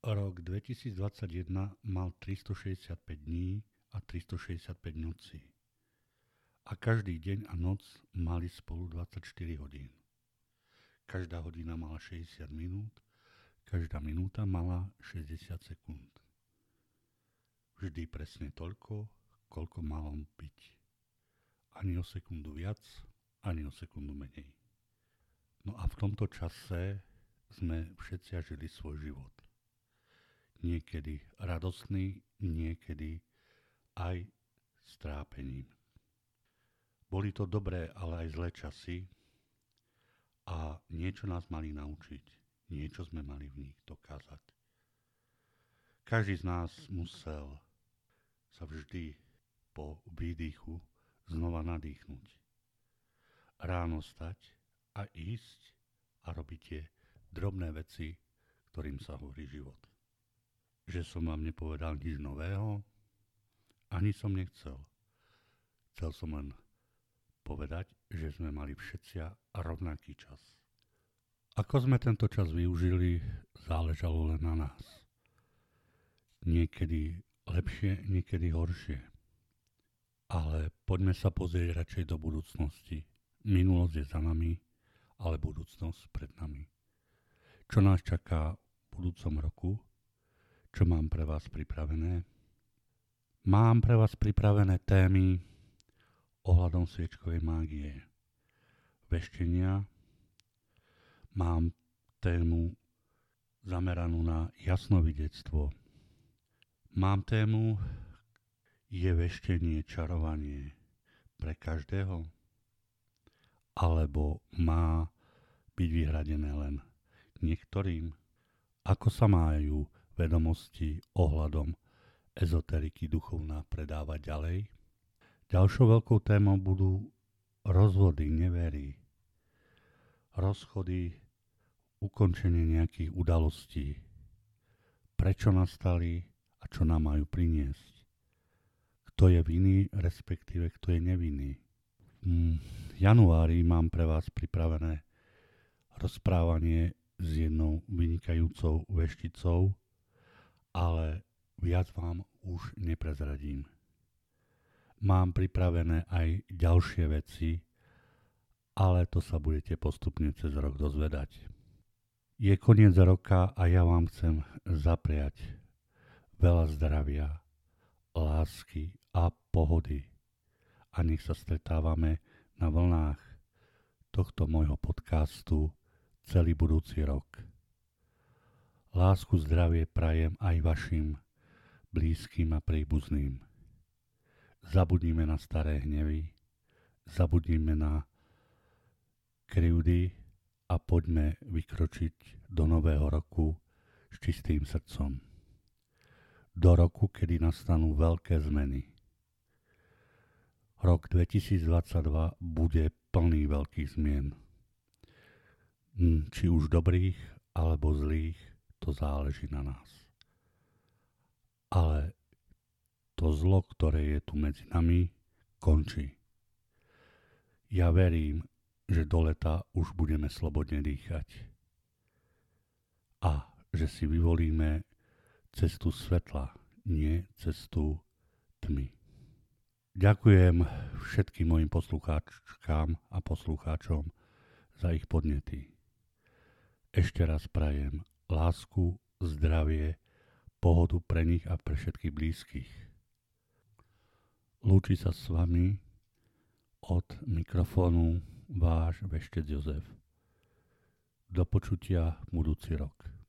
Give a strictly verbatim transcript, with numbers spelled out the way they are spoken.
Rok dvetisícdvadsaťjeden mal tristošesťdesiatpäť dní a tristošesťdesiatpäť nocí. A každý deň a noc mali spolu dvadsaťštyri hodín. Každá hodina mala šesťdesiat minút, každá minúta mala šesťdesiat sekúnd. Vždy presne toľko, koľko malo byť. Ani o sekundu viac, ani o sekundu menej. No a v tomto čase sme všetci žili svoj život. Niekedy radostný, niekedy aj s trápením. Boli to dobré, ale aj zlé časy a niečo nás mali naučiť, niečo sme mali v nich dokázať. Každý z nás musel sa vždy po výdychu znova nadýchnuť. Ráno stať a ísť a robiť tie drobné veci, ktorým sa hovorí život. Že som vám nepovedal nič nového, ani som nechcel. Chcel som len povedať, že sme mali všetci rovnaký čas. Ako sme tento čas využili, záležalo len na nás. Niekedy lepšie, niekedy horšie. Ale poďme sa pozrieť radšej do budúcnosti. Minulosť je za nami, ale budúcnosť pred nami. Čo nás čaká v budúcom roku? Čo mám pre vás pripravené? Mám pre vás pripravené témy ohľadom sviečkovej mágie, veštenia. Mám tému zameranú na jasnovidectvo. Mám tému je veštenie, čarovanie pre každého? Alebo má byť vyhradené len niektorým? Ako sa majú vedomosti ohľadom ezoteriky duchovná predávať ďalej? Ďalšou veľkou témou budú rozvody, nevery, rozchody, ukončenie nejakých udalostí, prečo nastali a čo nám majú priniesť. Kto je vinný, respektíve kto je nevinný. V januári mám pre vás pripravené rozprávanie s jednou vynikajúcou vešticou, ale viac vám už neprezradím. Mám pripravené aj ďalšie veci, ale to sa budete postupne cez rok dozvedať. Je koniec roka a ja vám chcem zapriať veľa zdravia, lásky a pohody. A nech sa stretávame na vlnách tohto môjho podcastu celý budúci rok. Lásku, zdravie prajem aj vašim blízkym a príbuzným. Zabudnime na staré hnevy, zabudnime na krivdy a poďme vykročiť do nového roku s čistým srdcom. Do roku, kedy nastanú veľké zmeny. Rok dvetisícdvadsaťdva bude plný veľkých zmien. Či už dobrých alebo zlých, to záleží na nás. Ale to zlo, ktoré je tu medzi nami, končí. Ja verím, že do leta už budeme slobodne dýchať. A že si vyvolíme cestu svetla, nie cestu tmy. Ďakujem všetkým mojim poslucháčkám a poslucháčom za ich podnety. Ešte raz prajem lásku, zdravie, pohodu pre nich a pre všetkých blízkych. Lúči sa s vami od mikrofónu váš veštec Jozef. Do počutia budúci rok.